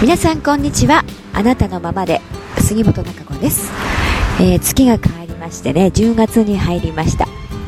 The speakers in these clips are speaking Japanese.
皆さんこんにちは。あなたのままで杉本孝子です。月が変わりましてね、10月に入りました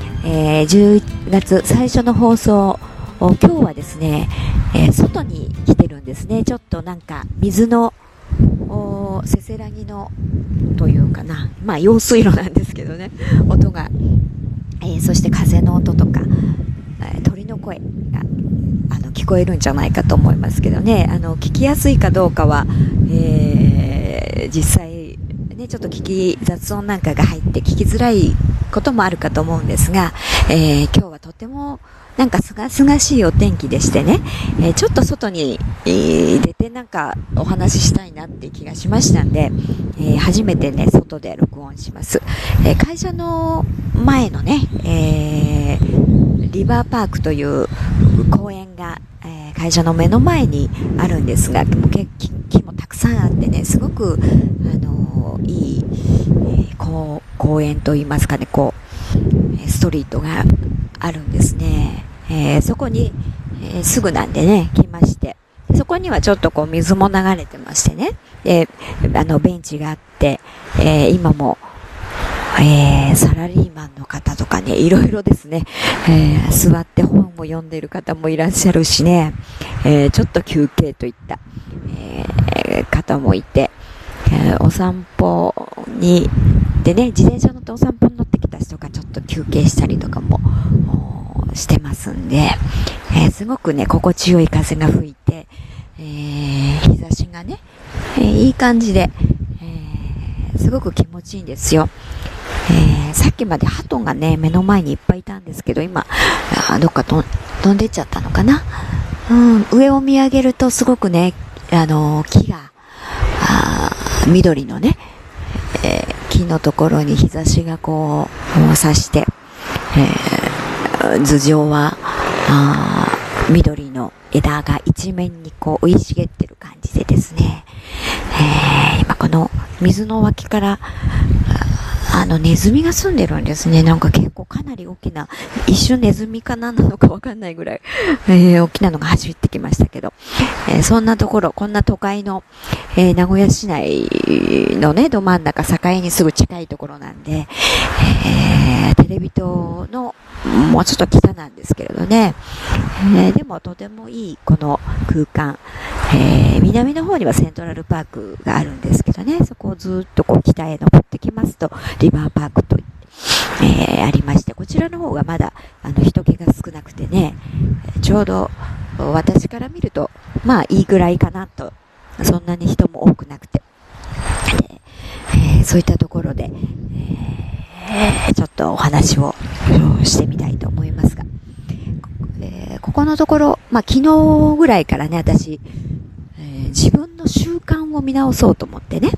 。10月最初の放送、今日はですね、外に来てるんですね。ちょっとなんか水のせせらぎのというかな、用水路なんですけどね、音が、そして風の音とか、鳥の声が聞こえるんじゃないかと思いますけどね、聞きやすいかどうかは、実際ね、ちょっと雑音なんかが入って聞きづらいこともあるかと思うんですが、今日はとてもなんかすがすがしいお天気でしてね、ちょっと外に、出てなんかお話ししたいなって気がしましたんで、初めてね外で録音します。会社の前のね、リバーパークという公園が、会社の目の前にあるんですが、木もたくさんあってね、すごくいい、公園といいますかね、ストリートがあるんですね。そこに、すぐなんでね来まして、そこにはちょっと水も流れてましてね、ベンチがあって、今もサラリーマンの方とかね、いろいろですね、座って本を読んでいる方もいらっしゃるしね、ちょっと休憩といった、方もいて、お散歩にでね、自転車乗ってお散歩に乗ってきた人がちょっと休憩したりとかもしてますんで、すごくね心地よい風が吹いて、日差しがね、いい感じで、すごく気持ちいいんですよ。さっきまで鳩がね目の前にいっぱいいたんですけど、今どっか飛んでっちゃったのかな。上を見上げるとすごくね、木が緑のね、木のところに日差しが差して、頭上は緑の枝が一面に生い茂ってる感じでですね、今この水の脇からネズミが住んでるんですね。なんか結構かなり大きな、一瞬ネズミか何なのかわかんないぐらい、大きなのが走ってきましたけど、そんなところ、こんな都会の、名古屋市内のねど真ん中境にすぐ近いところなんで、テレビ塔のもうちょっと北なんですけれどね、でもとてもいいこの空間、南の方にはセントラルパークがあるんですけどね、そこをずっと北へ登ってきますとリバーパークといって、ありまして、こちらの方がまだ人気が少なくてね、ちょうど私から見るといいぐらいかなと、そんなに人も多くなくて、そういったところで、ちょっとお話をしてみたいと思いますが、ここのところ、昨日ぐらいからね私、自分の習慣を見直そうと思ってね、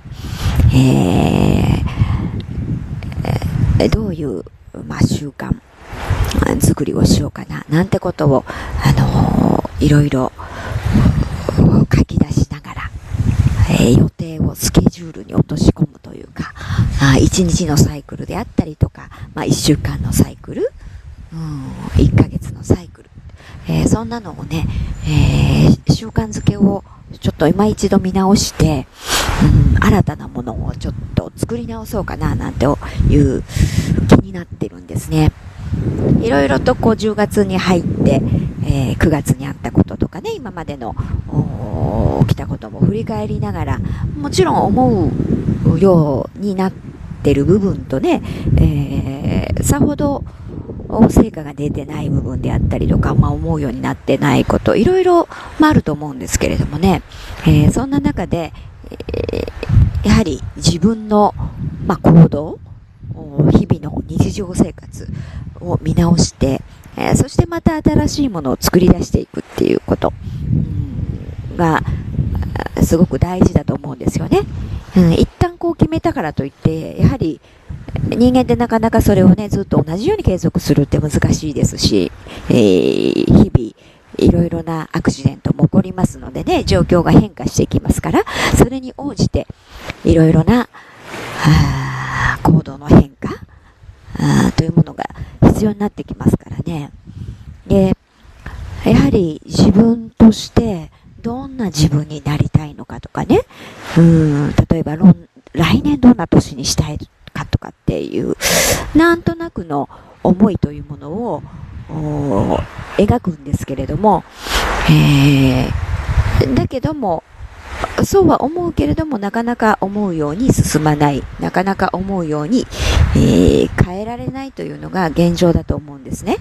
どういう、習慣作りをしようかななんてことを、いろいろ書き出しながら、予定をスケジュールに落とし込むというか、1日のサイクルであったりとか、1週間のサイクル、1ヶ月のサイクル、そんなのをね、習慣づけをちょっと今一度見直して、新たなものをちょっと作り直そうかななんていう気になってるんですね。いろいろと10月に入って、9月にあったこととかね、今までの起きたことも振り返りながら、もちろん思うようになってる部分とね、さほど成果が出てない部分であったりとか、思うようになってないこと、いろいろあると思うんですけれどもね、そんな中で、やはり自分の、行動、日々の日常生活を見直して、そしてまた新しいものを作り出していくっていうことがすごく大事だと思うんですよね。一旦決めたからといって、やはり人間ってなかなかそれをねずっと同じように継続するって難しいですし、日々いろいろなアクシデントも起こりますのでね、状況が変化していきますから、それに応じていろいろな行動の変化というものが必要になってきますからね。で、やはり自分としてどんな自分になりたいのかとかね、例えば来年どんな年にしたいかとかっていう、なんとなくの思いというものを描くんですけれども、だけども、そうは思うけれども、なかなか思うように進まない、なかなか思うように、変えられないというのが現状だと思うんですね。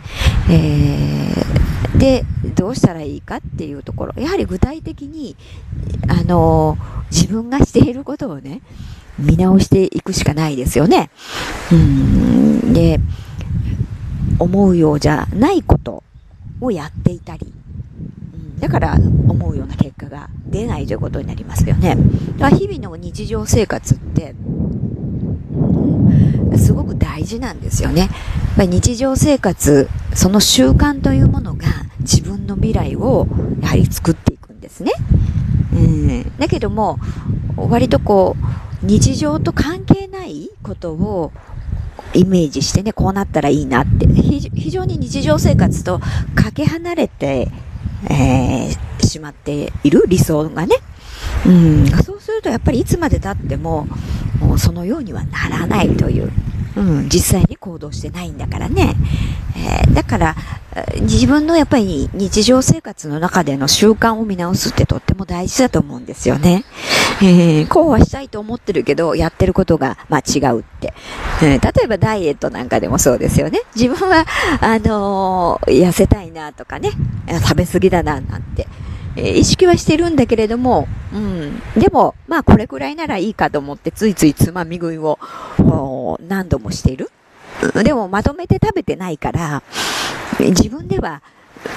で、どうしたらいいかっていうところ、やはり具体的に、自分がしていることをね、見直していくしかないですよね。で、思うようじゃないことをやっていたり、だから思うような結果が出ないということになりますよね。だから日々の日常生活ってすごく大事なんですよね。やっぱり日常生活、その習慣というものが自分の未来をやはり作っていくんですね。だけども割と日常と関係ないことをイメージしてね、こうなったらいいなって、非常に日常生活とかけ離れて、しまっている理想がね、そうするとやっぱりいつまで経ってもそのようにはならないという、実際に行動してないんだからね、だから自分のやっぱり日常生活の中での習慣を見直すってとっても大事だと思うんですよね。こうはしたいと思ってるけどやってることが違うって、例えばダイエットなんかでもそうですよね。自分は痩せたいなとかね、食べ過ぎだななんて、意識はしてるんだけれども、でもこれくらいならいいかと思ってついついつまみ食いを何度もしている。でもまとめて食べてないから自分では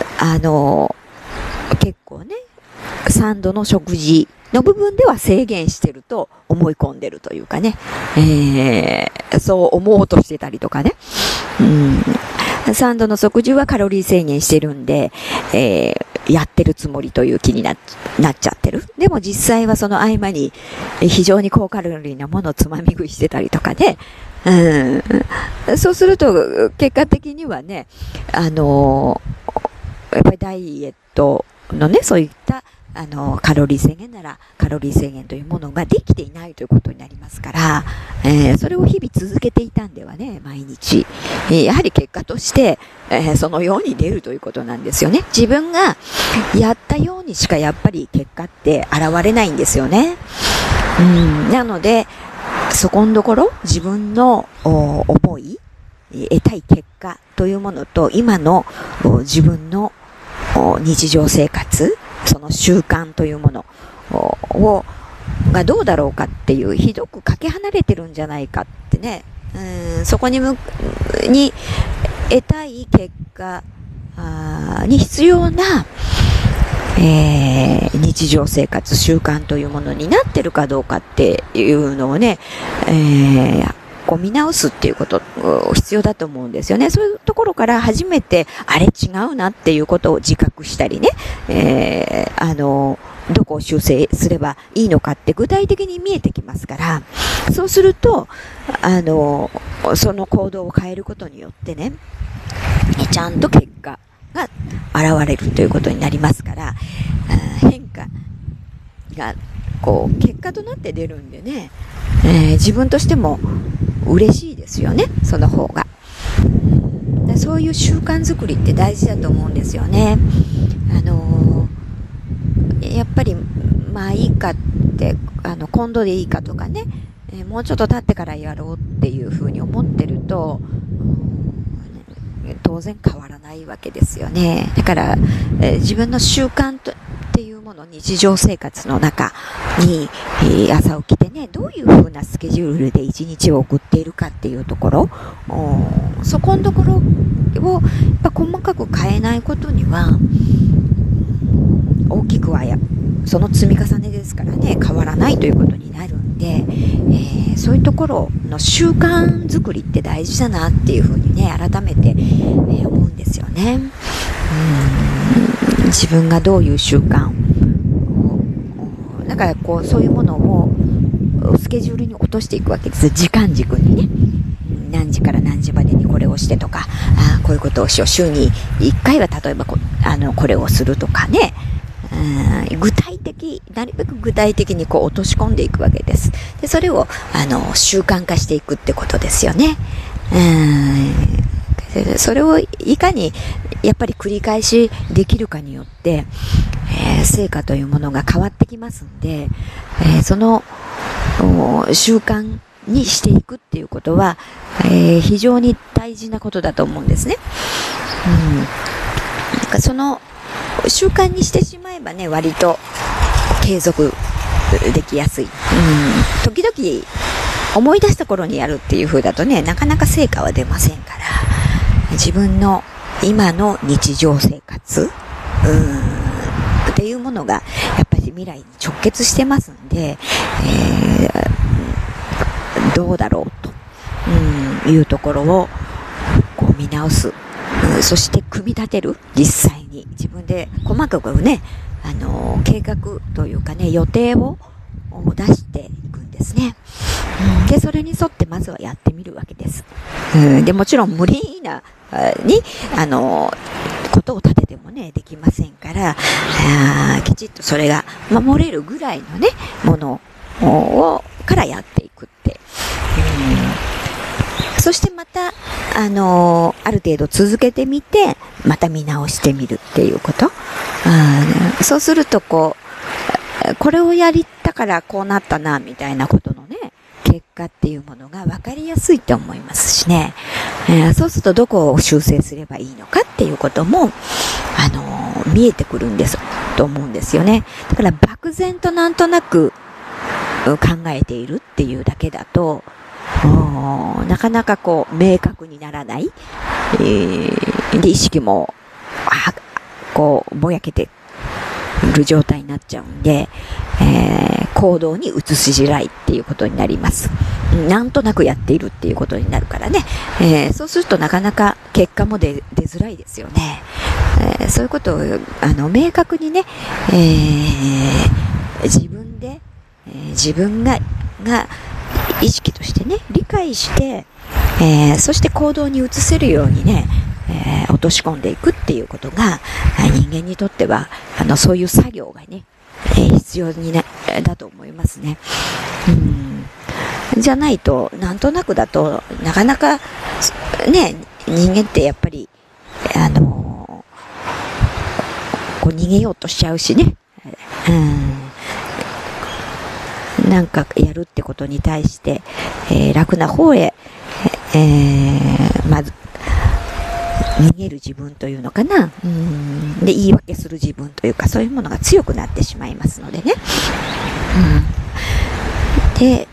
結構ね3度の食事の部分では制限してると思い込んでるというかね、そう思おうとしてたりとかね、3度の食事はカロリー制限してるんで、やってるつもりという気になっちゃってる。でも実際はその合間に非常に高カロリーなものをつまみ食いしてたりとかね、そうすると結果的にはね、やっぱりダイエットのね、そういったカロリー制限ならカロリー制限というものができていないということになりますから、それを日々続けていたんではね、毎日、やはり結果として、そのように出るということなんですよね。自分がやったようにしかやっぱり結果って現れないんですよね。なのでそこのところ自分の思い、得たい結果というものと今の自分の日常生活、その習慣というものがどうだろうかっていう、ひどくかけ離れてるんじゃないかってね、そこに得たい結果に必要な、日常生活習慣というものになってるかどうかっていうのをね、見直すっていうこと必要だと思うんですよね。そういうところから初めてあれ違うなっていうことを自覚したりね、どこを修正すればいいのかって具体的に見えてきますから、そうするとその行動を変えることによってね、ちゃんと結果が現れるということになりますから、変化が結果となって出るんでね、自分としても嬉しいですよね、その方が。そういう習慣づくりって大事だと思うんですよね。やっぱりいいかって今度でいいかとかね、もうちょっと経ってからやろうっていうふうに思ってると当然変わらないわけですよね。だから、自分の習慣っていうもの、日常生活の中に、朝起きてね、どういう風なスケジュールで一日を送っているかっていうところ、そこのところをやっぱ細かく変えないことには、大きくはその積み重ねですからね、変わらないということになるんで、そういうところの習慣づくりって大事だなっていうふうにね、改めて、思うんですよね。自分がどういう習慣を、だからそういうものをスケジュールに落としていくわけです。時間軸にね、何時から何時までにこれをしてとか、こういうことをしよう、週に1回は例えばこれをするとかね、具体的なるべく具体的にこう落とし込んでいくわけです。で、それを、習慣化していくってことですよね。それをいかにやっぱり繰り返しできるかによって、成果というものが変わってきますんで、その習慣にしていくっていうことは、非常に大事なことだと思うんですね。その習慣にしてしまえばね、割と継続できやすい。時々思い出した頃にやるっていう風だとね、なかなか成果は出ませんから、自分の今の日常生活っていうものがやっぱり未来に直結してますんで、どうだろうというところをこう見直す。そして組み立てる。実際に自分で細かくね、計画というかね、予定を出していくんですね。で、それに沿ってまずはやってみるわけです。で、もちろん無理なにことを立ててもねできませんから、きちっとそれが守れるぐらいのねものをからやっていくって。そしてまたある程度続けてみてまた見直してみるっていうこと。そうするとこれをやったからこうなったなみたいなことのね結果っていうものが分かりやすいと思いますしね。そうするとどこを修正すればいいのかっていうことも見えてくるんですと思うんですよね。だから漠然となんとなく考えているっていうだけだとなかなかこう明確にならない、で意識もこうぼやけてる状態になっちゃうんで、行動に移しづらいっていうことになります。なんとなくやっているっていうことになるからね、そうするとなかなか結果も出づらいですよね。そういうことを明確にね、自分で、自分が意識としてね理解して、そして行動に移せるようにね、落とし込んでいくっていうことが人間にとってはそういう作業がね、必要にだと思いますね。じゃないとなんとなくだとなかなかね人間ってやっぱりこう逃げようとしちゃうしね、なんかやるってことに対して、楽な方へ、まず逃げる自分というのかな、で言い訳する自分というかそういうものが強くなってしまいますのでね、で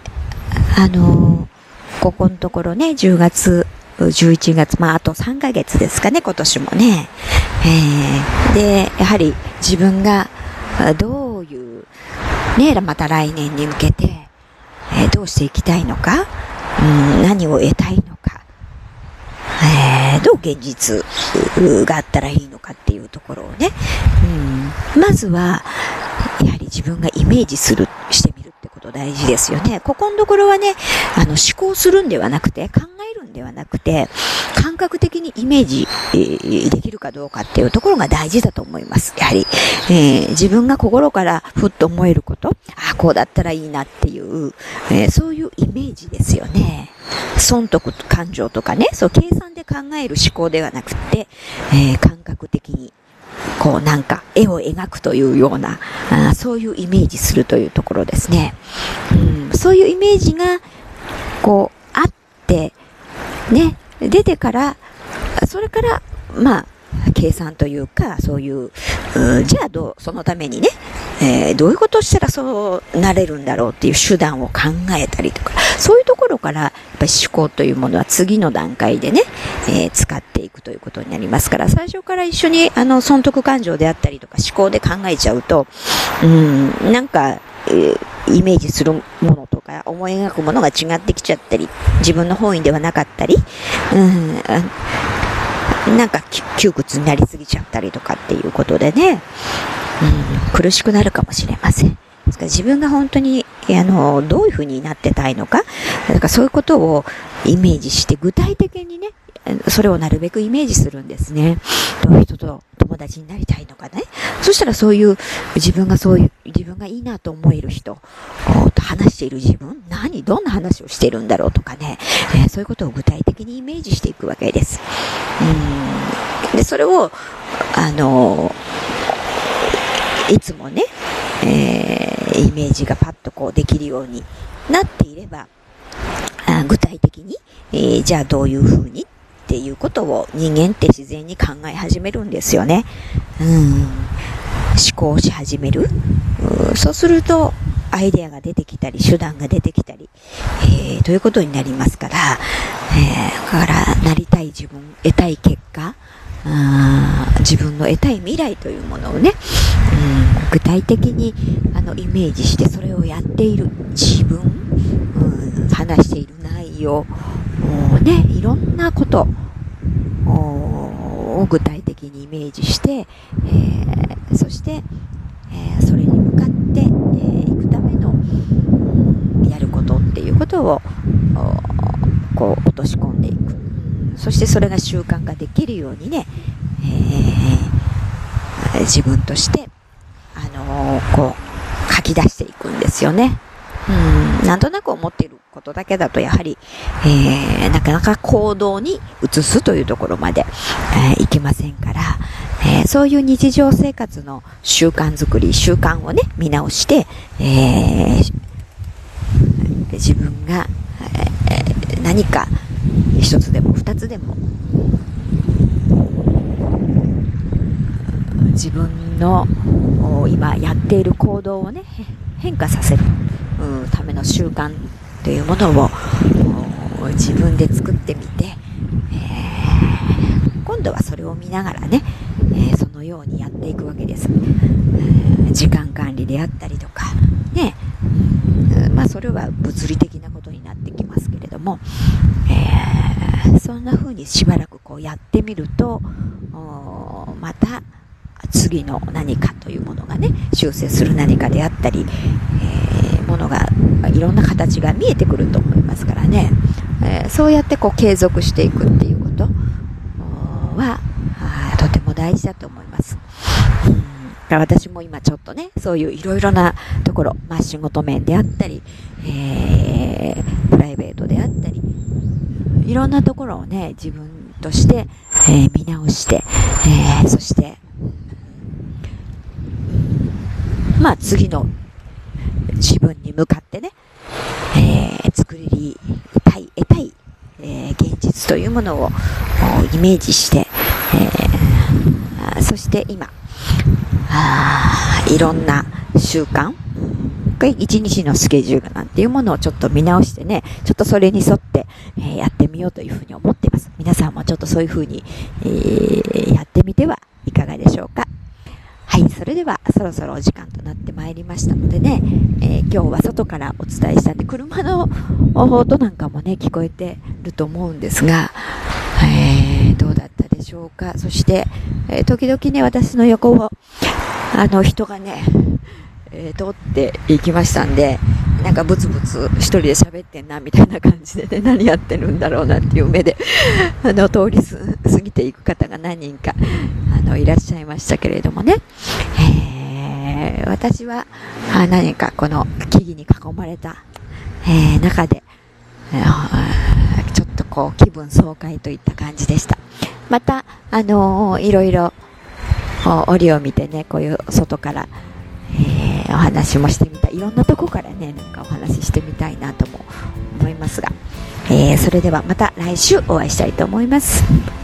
ここのところね10月11月あと3ヶ月ですかね今年もね、でやはり自分がどういうねまた来年に向けて、どうしていきたいのか、何を得たいのか、どう現実があったらいいのかっていうところをね、まずはやはり自分がイメージしてみるってこと大事ですよね。ここのところはね思考するんではなくて考えるんではなくて感覚的にイメージ、できるかどうかっていうところが大事だと思います。やはり、自分が心からふっと思えることこうだったらいいなっていう、そういうイメージですよね。損得感情とかねそう計算で考える思考ではなくて、感覚的にこうなんか絵を描くというようなそういうイメージするというところですね。そういうイメージがこうあってね出てからそれから計算というかそういうじゃあそのためにね、どういうことをしたらそうなれるんだろうっていう手段を考えたりとかそういうところからやっぱり思考というものは次の段階でね、使っていくということになりますから最初から一緒に損得感情であったりとか思考で考えちゃうとなんか、イメージするものとか思い描くものが違ってきちゃったり自分の本意ではなかったりなんか窮屈になりすぎちゃったりとかっていうことでね、苦しくなるかもしれません。ですから自分が本当にどういう風になってたいのか、だからそういうことをイメージして具体的にねそれをなるべくイメージするんですね。どういう人と友達になりたいのかね。そしたらそういう自分がいいなと思える人と話している自分、どんな話をしているんだろうとかね、そういうことを具体的にイメージしていくわけです。で、それを、いつもね、イメージがパッとこうできるようになっていれば、具体的に、じゃあどういうふうにっていうことを人間って自然に考え始めるんですよね。思考し始める。そうするとアイデアが出てきたり手段が出てきたり、ということになりますから、だからなりたい自分、得たい結果、自分の得たい未来というものをね、具体的にイメージしてそれをやっている自分、話している内容ね、いろんなことを具体的にイメージして、そして、それに向かっていくためのやることっていうことをこう落とし込んでいく。そしてそれが習慣化できるようにね、自分としてこう書き出していくんですよね。なんとなく思っていることだけだとやはり、なかなか行動に移すというところまで、いけませんから、そういう日常生活の習慣作り、習慣をね見直して、自分が、何か一つでも二つでも自分の今やっている行動をね変化させるための習慣というものを自分で作ってみて、今度はそれを見ながらね、そのようにやっていくわけです。時間管理であったりとかね、それは物理的なことになってきますけれども、そんな風にしばらくこうやってみるとまた次の何かというものがね修正する何かであったり、ものがいろんな形が見えてくると思いますからね、そうやってこう継続していくっていうことはとても大事だと思います。私も今ちょっとねそういういろいろなところ、仕事面であったり、プライベートであったり、いろんなところをね自分として、見直して、そして次の自分に向かってね、作りたい、得たい、現実というものをイメージして、そして今いろんな習慣、一日のスケジュールなんていうものをちょっと見直してね、ちょっとそれに沿って、やってみようというふうに思っています。皆さんもちょっとそういうふうに、やってみてはいかがでしょうか。はい、それではそろそろお時間となってまいりましたのでね、今日は外からお伝えしたんで車の音なんかもね聞こえてると思うんですが、どうだったでしょうか。そして、時々ね私の横を人がね、通っていきましたんで、なんかブツブツ一人で喋ってんなみたいな感じでね、何やってるんだろうなっていう目で通り過ぎていく方が何人かいらっしゃいましたけれどもね、私は何かこの木々に囲まれた、中で、ちょっとこう気分爽快といった感じでした。またいろいろ折を見てね、こういう外から、お話もしてみたい、いろんなとこからねなんかお話ししてみたいなとも思いますが、それではまた来週お会いしたいと思います。